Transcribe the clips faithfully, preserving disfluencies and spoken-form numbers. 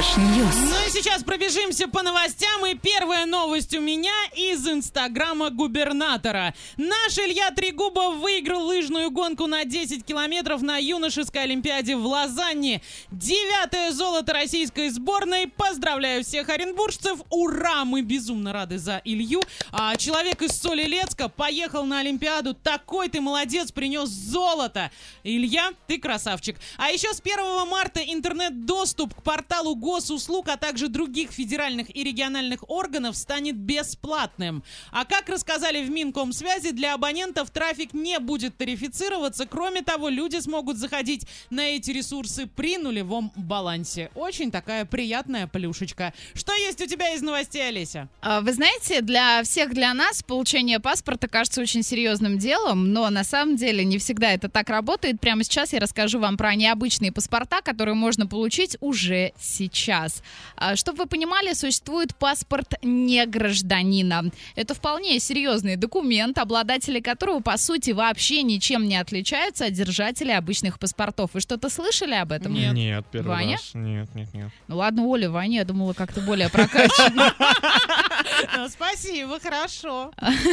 Фреш-Ньюс. Ну и сейчас пробежимся по новостям. И первая новость у меня из инстаграма губернатора. Наш Илья Трегубов выиграл лыжную гонку на десять километров на юношеской олимпиаде в Лозанне. Девятое золото российской сборной. Поздравляю всех оренбуржцев. Ура! Мы безумно рады за Илью. А, человек из Солилецка поехал на олимпиаду. Такой ты молодец, принес золото. Илья, ты красавчик. А еще с первого марта интернет-доступ к порталу госуслуг, а также других федеральных и региональных органов станет бесплатным. А как рассказали в Минкомсвязи, для абонентов трафик не будет тарифицироваться. Кроме того, люди смогут заходить на эти ресурсы при нулевом балансе. Очень такая приятная плюшечка. Что есть у тебя из новостей, Олеся? Вы знаете, для всех, для нас получение паспорта кажется очень серьезным делом, но на самом деле не всегда это так работает. Прямо сейчас я расскажу вам про необычные паспорта, которые можно получить уже сейчас. Чтобы вы понимали, существует паспорт негражданина. Это вполне серьезный документ, обладатели которого, по сути, вообще ничем не отличаются от держателей обычных паспортов. Вы что-то слышали об этом? Нет, нет первый Ваня? раз. Нет, нет, нет. Ну ладно, Оля, Ваня, я думала, как-то более прокачанно. Спасибо, хорошо.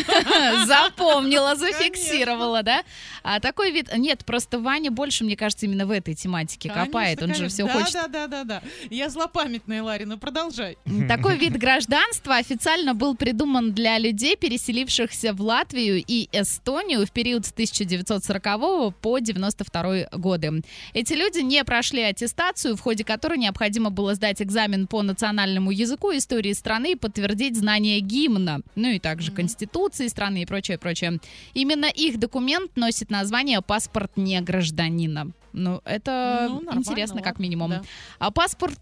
Запомнила, зафиксировала, да? А такой вид... Нет, просто Ваня больше, мне кажется, именно в этой тематике копает. Он же все хочет... Да, да, да, да. Я злопамятная, Ларина, продолжай. Такой вид гражданства официально был придуман для людей, переселившихся в Латвию и Эстонию в период с тысяча девятьсот сорокового по девяносто второй годы. Эти люди не прошли аттестацию, в ходе которой необходимо было сдать экзамен по национальному языку, истории страны и подтвердить знание гимна, ну и также Конституции страны и прочее, прочее. Именно их документ носит название «Паспорт негражданина». Ну, это ну, интересно, как минимум. Да. А паспорт,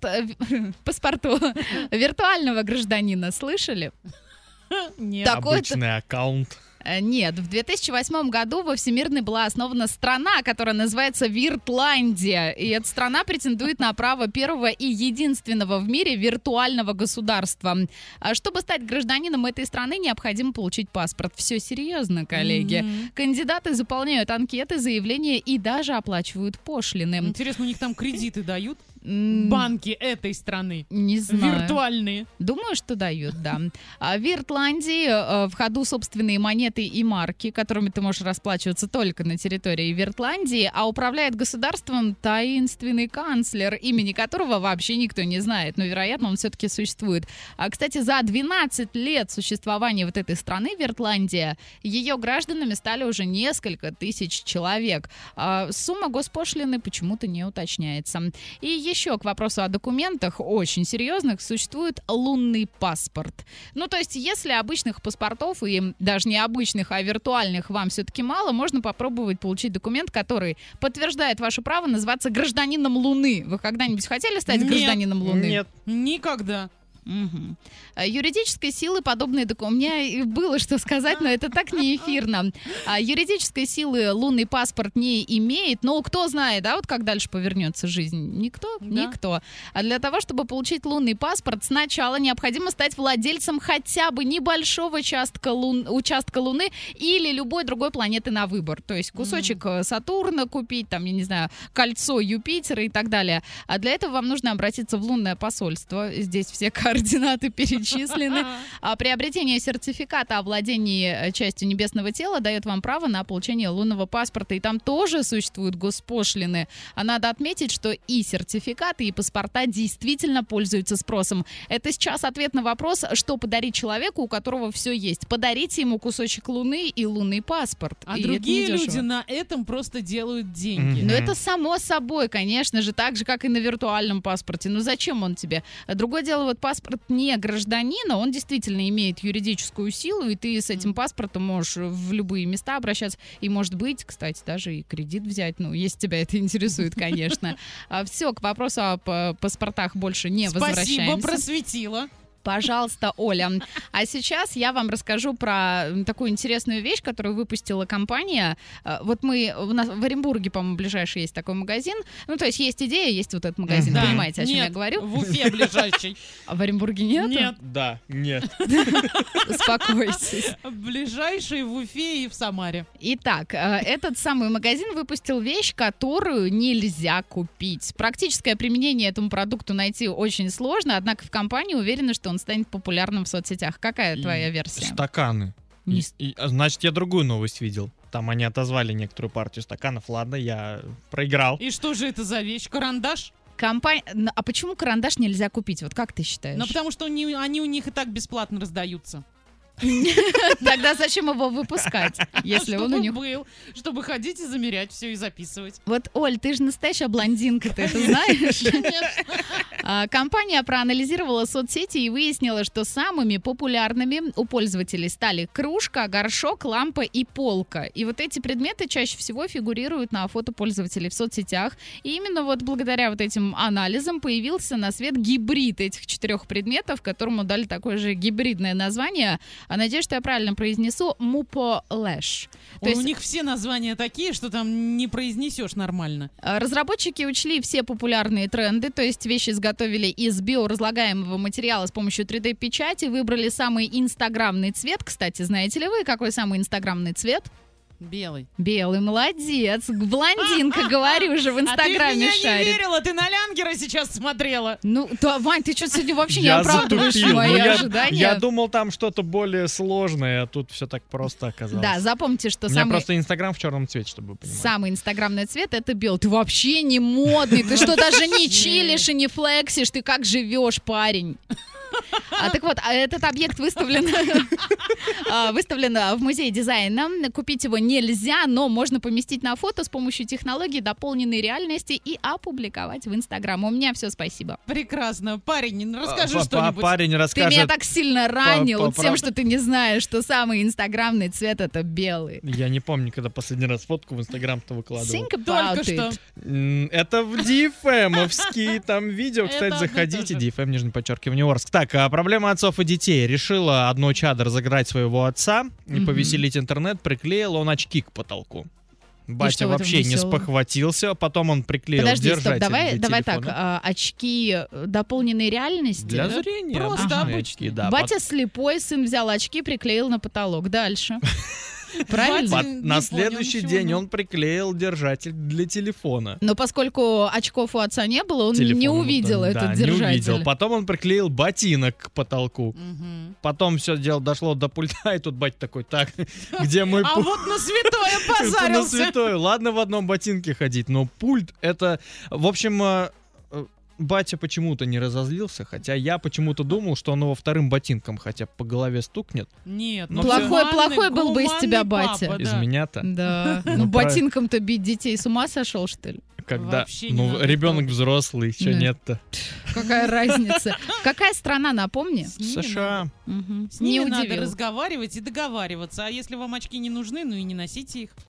паспорту виртуального гражданина слышали? Нет. Обычный аккаунт. Нет, в две тысячи восьмом году во Всемирной была основана страна, которая называется Виртландия. И эта страна претендует на право первого и единственного в мире виртуального государства. А чтобы стать гражданином этой страны, необходимо получить паспорт. Все серьезно, коллеги. Mm-hmm. Кандидаты заполняют анкеты, заявления и даже оплачивают пошлины. Интересно, у них там кредиты дают? Банки этой страны. Не знаю. Виртуальные. Думаю, что дают, да. В Виртландии в ходу собственные монеты и марки, которыми ты можешь расплачиваться только на территории Виртландии, а управляет государством таинственный канцлер, имени которого вообще никто не знает, но, вероятно, он все-таки существует. А, кстати, за двенадцать лет существования вот этой страны, Виртландия, ее гражданами стали уже несколько тысяч человек. А сумма госпошлины почему-то не уточняется. И еще к вопросу о документах очень серьезных существует лунный паспорт. Ну, то есть, если обычных паспортов, и даже не обычных, а виртуальных, вам все-таки мало, можно попробовать получить документ, который подтверждает ваше право называться гражданином Луны. Вы когда-нибудь хотели стать Нет. гражданином Луны? Нет. Никогда. Угу. Юридической силы подобные документы... У меня и было что сказать, но это так не эфирно. А юридической силы лунный паспорт не имеет, но кто знает, да, вот как дальше повернется жизнь? Никто? Да. Никто. А для того, чтобы получить лунный паспорт, сначала необходимо стать владельцем хотя бы небольшого участка, лун... участка Луны или любой другой планеты на выбор. То есть кусочек mm. Сатурна купить, там, я не знаю, кольцо Юпитера и так далее. А для этого вам нужно обратиться в лунное посольство. Здесь все координаты перечислены. А приобретение сертификата о владении частью небесного тела дает вам право на получение лунного паспорта. И там тоже существуют госпошлины. А надо отметить, что и сертификаты, и паспорта действительно пользуются спросом. Это сейчас ответ на вопрос, что подарить человеку, у которого все есть. Подарите ему кусочек Луны и лунный паспорт. А и другие люди на этом просто делают деньги. Mm-hmm. Ну, это само собой, конечно же, так же, как и на виртуальном паспорте. Ну, зачем он тебе? Другое дело, вот паспорт не гражданина, он действительно имеет юридическую силу, и ты с этим паспортом можешь в любые места обращаться. И, может быть, кстати, даже и кредит взять, ну, если тебя это интересует, конечно. Все, к вопросу о паспортах больше не возвращаемся. Спасибо, просветила. Пожалуйста, Оля. А сейчас я вам расскажу про такую интересную вещь, которую выпустила компания. Э, Вот мы, у нас в Оренбурге, по-моему, ближайший есть такой магазин. Ну, то есть есть идея, есть вот этот магазин. Да. Понимаете, о чем Нет, я говорю? в Уфе ближайший. А в Оренбурге нет? Нет, Да, нет. Успокойтесь. ближайший в Уфе и в Самаре. Итак, э, этот самый магазин выпустил вещь, которую нельзя купить. Практическое применение этому продукту найти очень сложно, однако в компании уверены, что он станет популярным в соцсетях. Какая И твоя версия? Стаканы. Не И- с- и, а, значит, я другую новость видел. Там они отозвали некоторую партию стаканов. Ладно, я проиграл. И что же это за вещь? Карандаш? Компа- Н- А почему карандаш нельзя купить? Вот как ты считаешь? Ну, потому что они, они у них и так бесплатно раздаются. Тогда зачем его выпускать, если он у Чтобы них... был, чтобы ходить и замерять все и записывать. Вот, Оль, ты же настоящая блондинка, ты это знаешь? А, Компания проанализировала соцсети и выяснила, что самыми популярными у пользователей стали кружка, горшок, лампа и полка. И вот эти предметы чаще всего фигурируют на фото пользователей в соцсетях. И именно вот благодаря вот этим анализам появился на свет гибрид этих четырех предметов, которому дали такое же гибридное название. А надеюсь, что я правильно произнесу. Муполэш. То Ой, есть у них все названия такие, что там не произнесешь нормально. А, Разработчики учли все популярные тренды, то есть вещи изготовили из биоразлагаемого материала с помощью три дэ-печати, выбрали самый инстаграмный цвет. Кстати, знаете ли вы, какой самый инстаграмный цвет? Белый. Белый, молодец. Блондинка, говорю же, в А ты в инстаграме меня не шарит. верила, ты на Лянгера сейчас смотрела. Ну, да, Вань, ты что сегодня вообще не Я оправдываешь затупил. мои Ну, я, ожидания? я думал, там что-то более сложное, а тут все так просто оказалось. Да, запомните, что У меня самый... просто Инстаграм в черном цвете, чтобы вы понимали. Самый инстаграмный цвет — это белый. Ты вообще не модный. Ты что, даже не чилишь и не флексишь? Ты как живешь, парень? А, так вот, а этот объект выставлен, а, выставлен а, в музее дизайна. Купить его нельзя, но можно поместить на фото с помощью технологии дополненной реальности и опубликовать в Инстаграм. У меня все, спасибо. Прекрасно. Парень, расскажи Па- па- что-нибудь. Парень Ты расскажет. меня так сильно ранил по- тем, прав- что ты не знаешь, что самый инстаграмный цвет — это белый. Я не помню, когда последний раз фотку в Инстаграм-то выкладывал. Think about Только it. что. М, Это в ди эф эм-овские там видео. Это Кстати, одно заходите. тоже. ди эф эм, нижнее подчеркивание, Орск. Так, а проблема отцов и детей. Решила одно чадо разыграть своего отца и Мгм. повеселить интернет. Приклеил он очки к потолку. Батя что в этом вообще не веселого? спохватился. Потом он приклеил Подожди, держатель стоп, давай, для давай так, телефона. а, очки э, дополненной реальности. Для да? зрения. Просто обычные обычные. очки, да. Батя слепой, сын взял очки, приклеил на потолок. Дальше. Правильно? Под- не на понял следующий ничего, день ну. он приклеил держатель для телефона. Но поскольку очков у отца не было, он Телефон, не ну, увидел да, этот не держатель. увидел. Потом он приклеил ботинок к потолку. Мгм. Потом все дело дошло до пульта, и тут батя такой, так, где мой А пульт? вот на святое Это на позарился. святое. Ладно в одном ботинке ходить, но пульт это... В общем, э, э, батя почему-то не разозлился, хотя я почему-то думал, что он его вторым ботинком хотя бы по голове стукнет. Нет, Ну, ну Плохой- гуманный- плохой был бы из тебя гуманный батя. папа, Из да. меня-то. Да. Ну, Ну, прав- ботинком-то бить детей с ума сошел, что ли? Когда, Вообще не ну, надо ребенок так. взрослый, что Да. нет-то? Какая разница? Какая страна, напомни? С ними США. надо- Мгм. С Не ними надо удивил. разговаривать и договариваться. А если вам очки не нужны, ну и не носите их.